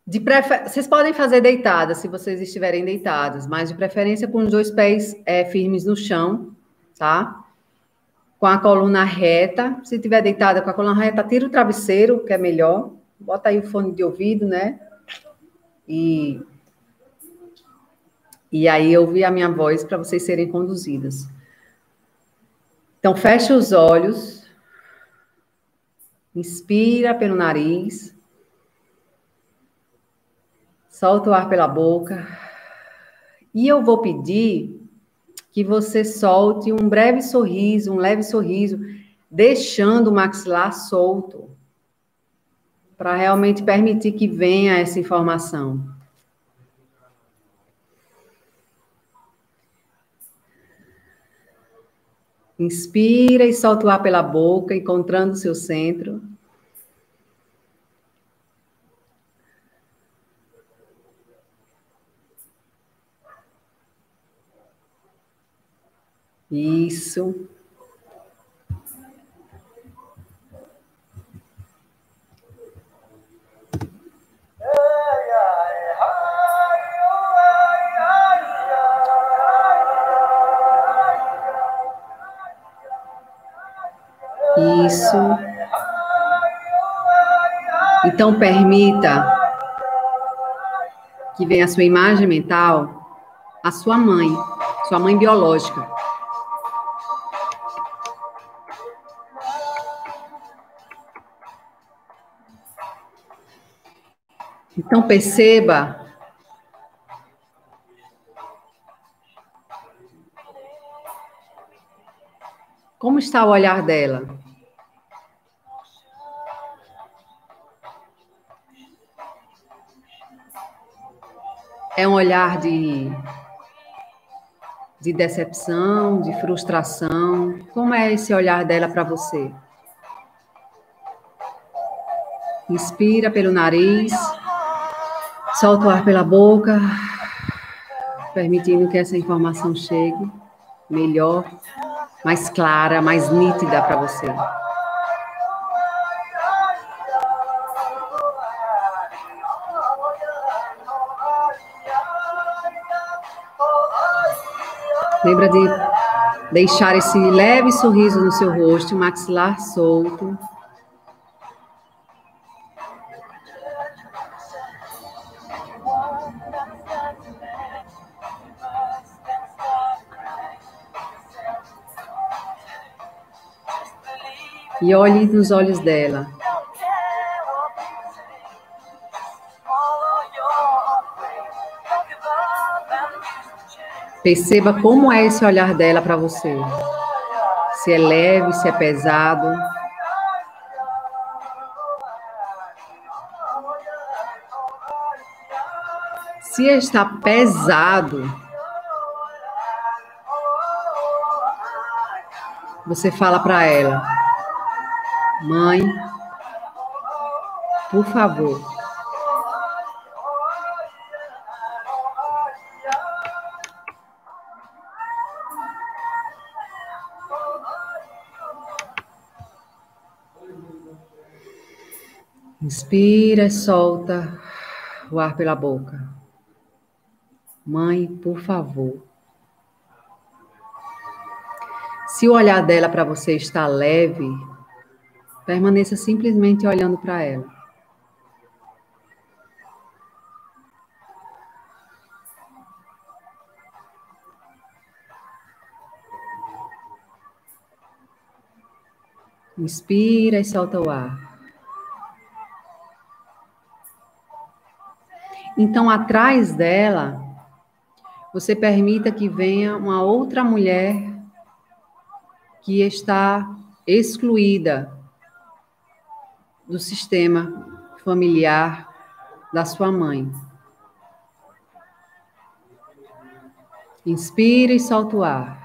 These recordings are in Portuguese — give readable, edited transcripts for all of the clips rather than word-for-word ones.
Vocês podem fazer deitadas, se vocês estiverem deitados, mas de preferência com os 2 pés firmes no chão, tá? Com a coluna reta. Se estiver deitada com a coluna reta, tira o travesseiro, que é melhor. Bota aí o fone de ouvido, né? E aí ouvir a minha voz para vocês serem conduzidas. Então, fecha os olhos. Inspira pelo nariz. Solta o ar pela boca. E eu vou pedir que você solte um breve sorriso, um leve sorriso, deixando o maxilar solto, para realmente permitir que venha essa informação. Inspira e solta o ar pela boca, encontrando o seu centro. Isso. Isso. Então, permita que venha a sua imagem mental, a sua mãe biológica. Então, perceba como está o olhar dela. É um olhar de decepção, de frustração? Como é esse olhar dela para você? Inspira pelo nariz, solta o ar pela boca, permitindo que essa informação chegue melhor, mais clara, mais nítida para você. Lembra de deixar esse leve sorriso no seu rosto, maxilar solto. E olhe nos olhos dela. Perceba como é esse olhar dela para você. Se é leve, se é pesado. Se está pesado, você fala para ela: mãe, por favor. Inspira e solta o ar pela boca. Mãe, por favor. Se o olhar dela para você está leve, permaneça simplesmente olhando para ela. Inspira e solta o ar. Então, atrás dela, você permita que venha uma outra mulher que está excluída do sistema familiar da sua mãe. Inspira e solta o ar.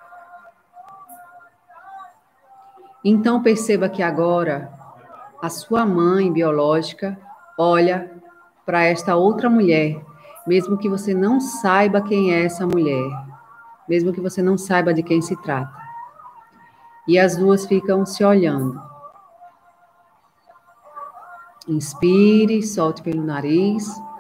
Então, perceba que agora a sua mãe biológica olha para esta outra mulher, mesmo que você não saiba quem é essa mulher, mesmo que você não saiba de quem se trata. E as duas ficam se olhando. Inspire, solte pelo nariz.